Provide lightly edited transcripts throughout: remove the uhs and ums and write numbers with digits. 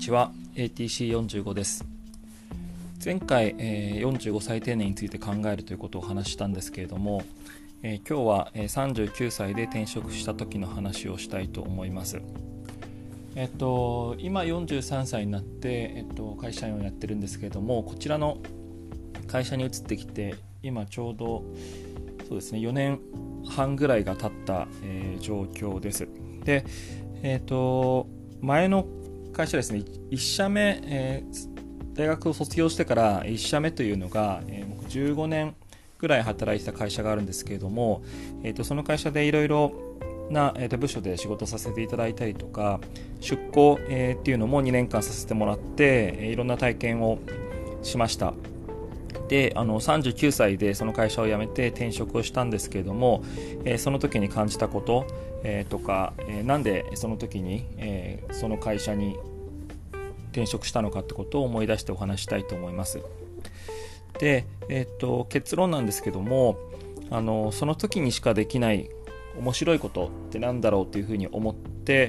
ちは。 ATC45 です。前回、45歳定年について考えるということを話したんですけれども、今日は、39歳で転職した時の話をしたいと思います。今43歳になって、会社員をやってるんですけれども、こちらの会社に移ってきて今ちょうどそうですね4年半ぐらいが経った、状況です。で、前の会社ですね、1社目、大学を卒業してから1社目というのが、僕15年ぐらい働いてた会社があるんですけれども、その会社でいろいろな部署で仕事させていただいたりとか、出向、っていうのも2年間させてもらって、いろんな体験をしました。で、39歳でその会社を辞めて転職をしたんですけれども、その時に感じたこと、とか、なんでその時に、その会社に転職したのかってことを思い出してお話したいと思います。で、結論なんですけども、その時にしかできない面白いことってなんだろうというふうに思って、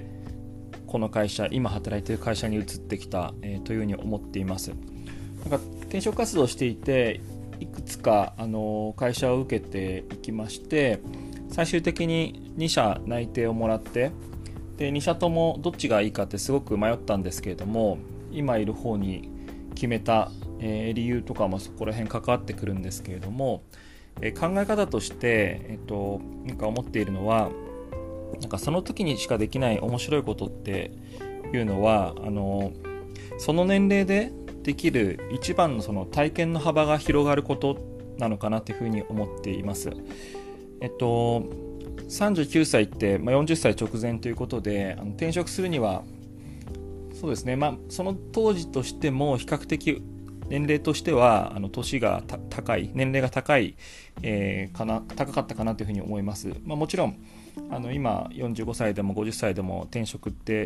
この会社、今働いている会社に移ってきた、というふうに思っています。なんか転職活動をしていて、いくつか会社を受けていきまして、最終的に2社内定をもらって、で2社ともどっちがいいかってすごく迷ったんですけれども、今いる方に決めた、理由とかもそこら辺関わってくるんですけれども、考え方として、なんか思っているのは、なんかその時にしかできない面白いことっていうのは、その年齢でできる一番のその体験の幅が広がることなのかなというふうに思っています。39歳って、40歳直前ということで、転職するにはそうですね、その当時としても比較的年齢としては年が高い、年齢が高い、高かったかなというふうに思います。もちろん今45歳でも50歳でも転職って、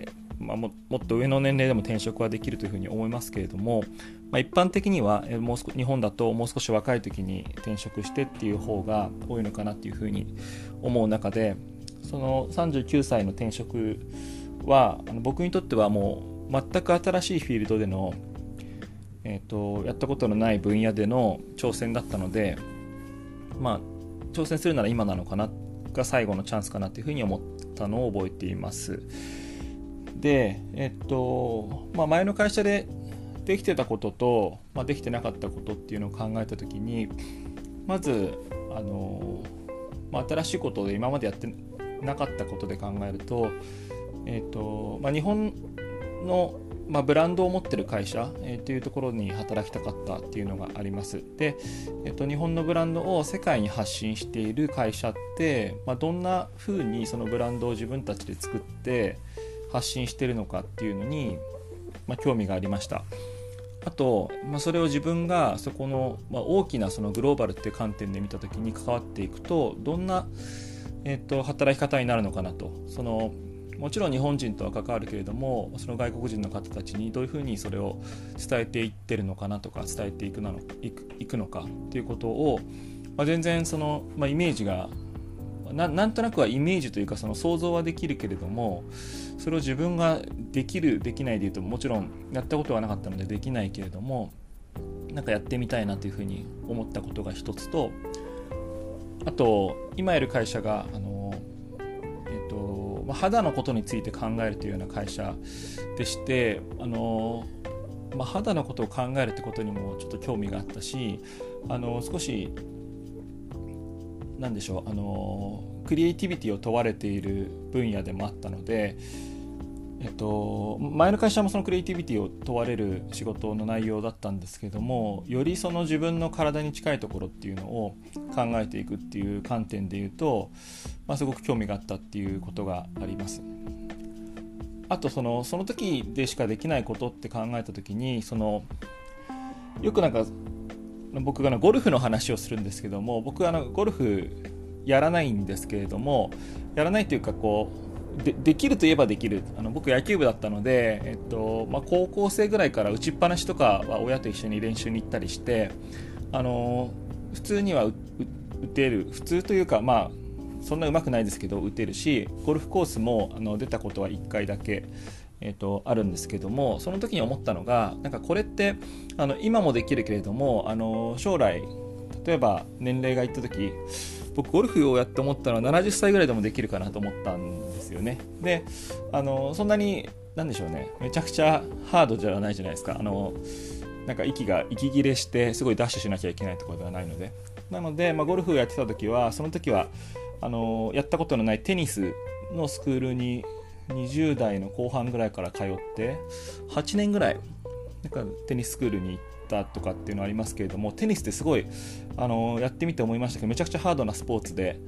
もっと上の年齢でも転職はできるというふうに思いますけれども、一般的には日本だともう少し若い時に転職してっていう方が多いのかなというふうに思う中で、その39歳の転職は僕にとってはもう全く新しいフィールドでの、やったことのない分野での挑戦だったので、挑戦するなら今なのかなが最後のチャンスかなというふうに思ったのを覚えています。で、前の会社でできてたことと、できてなかったことっていうのを考えたときに、まず新しいことで今までやってなかったことで考えると、日本のブランドを持っている会社、というところに働きたかったっていうのがあります。で、日本のブランドを世界に発信している会社って、どんな風にそのブランドを自分たちで作って発信しているのかっていうのに、興味がありました。あと、それを自分がそこの、大きなそのグローバルっていう観点で見たときに関わっていくと、どんな、働き方になるのかなと。もちろん日本人とは関わるけれども、その外国人の方たちにどういうふうにそれを伝えていってるのかなとか、伝えていくのかということを、全然その、イメージがなんとなくはイメージというか、その想像はできるけれども、それを自分ができるできないでいうと、もちろんやったことはなかったのでできないけれども、なんかやってみたいなというふうに思ったことが一つと、あと今いる会社が肌のことについて考えるというような会社でして、肌のことを考えるってことにもちょっと興味があったし、少しなんでしょう、クリエイティビティを問われている分野でもあったので、前の会社もそのクリエイティビティを問われる仕事の内容だったんですけども、よりその自分の体に近いところっていうのを考えていくっていう観点でいうと、すごく興味があったっていうことがあります。あとその時でしかできないことって考えた時に、よくなんか僕がゴルフの話をするんですけども、僕はゴルフやらないんですけれども、やらないというかできるといえばできる。僕野球部だったので、高校生ぐらいから打ちっぱなしとかは親と一緒に練習に行ったりして、普通には打てる、普通というかそんな上手くないですけど打てるし、ゴルフコースも出たことは1回だけあるんですけども、その時に思ったのが、なんかこれって今もできるけれども将来例えば年齢がいった時、僕ゴルフをやって思ったのは70歳ぐらいでもできるかなと思ったんですよね。でそんなになんでしょうね、めちゃくちゃハードじゃないじゃないですか。なんか息切れしてすごいダッシュしなきゃいけないところではないので、ゴルフをやってた時はその時はやったことのないテニスのスクールに20代の後半ぐらいから通って8年ぐらいなんかテニススクールに行ったとかっていうのはありますけれども、テニスってすごいやってみて思いましたけど、めちゃくちゃハードなスポーツで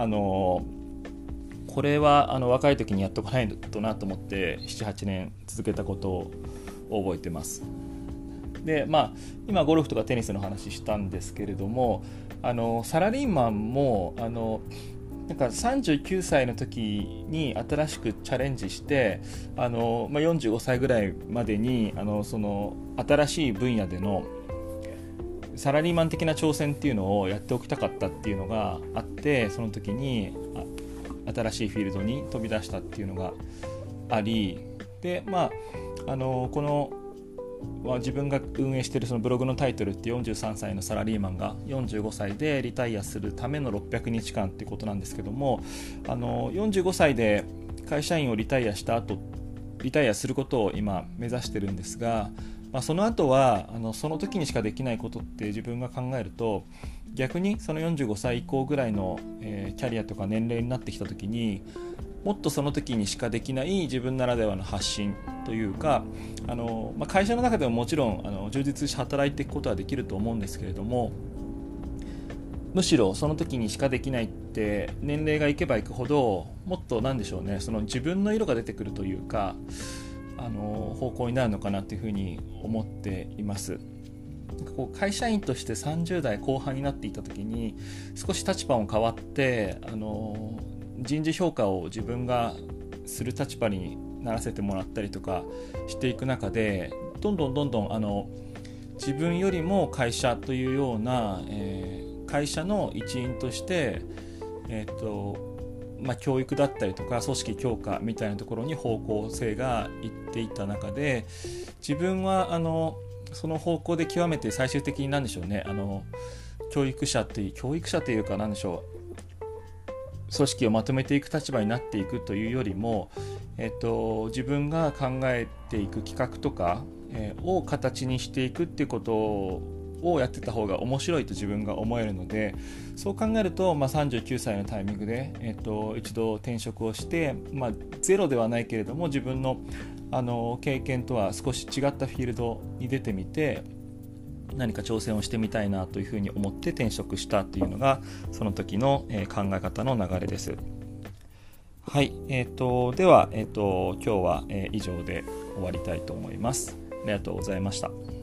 これは若い時にやっとかないとなと思って 7,8 年続けたことを覚えてます。で今ゴルフとかテニスの話したんですけれども、サラリーマンもなんか39歳の時に新しくチャレンジして45歳ぐらいまでにその新しい分野でのサラリーマン的な挑戦っていうのをやっておきたかったっていうのがあって、その時に新しいフィールドに飛び出したっていうのがあり、でこの自分が運営しているそのブログのタイトルって43歳のサラリーマンが45歳でリタイアするための600日間っていうことなんですけども、45歳で会社員をリタイアした後リタイアすることを今目指してるんですが、その後はその時にしかできないことって自分が考えると、逆にその45歳以降ぐらいの、キャリアとか年齢になってきた時にもっとその時にしかできない自分ならではの発信というか会社の中でももちろん充実して働いていくことはできると思うんですけれども、むしろその時にしかできないって年齢がいけばいくほどもっとなんでしょうね、その自分の色が出てくるというか方向になるのかなというふうに思っています。なんかこう会社員として30代後半になっていた時に少し立場も変わって人事評価を自分がする立場にならせてもらったりとかしていく中で、どんどん自分よりも会社というような、会社の一員として、教育だったりとか組織強化みたいなところに方向性がいっていった中で、自分はその方向で極めて最終的に何でしょうね、教育者というか何でしょう、組織をまとめていく立場になっていくというよりも、自分が考えていく企画とか、を形にしていくっていうことをやってた方が面白いと自分が思えるので、そう考えると、39歳のタイミングで、一度転職をして、ゼロではないけれども自分の、経験とは少し違ったフィールドに出てみて何か挑戦をしてみたいなというふうに思って転職したというのがその時の考え方の流れです。はい、では、今日は以上で終わりたいと思います。ありがとうございました。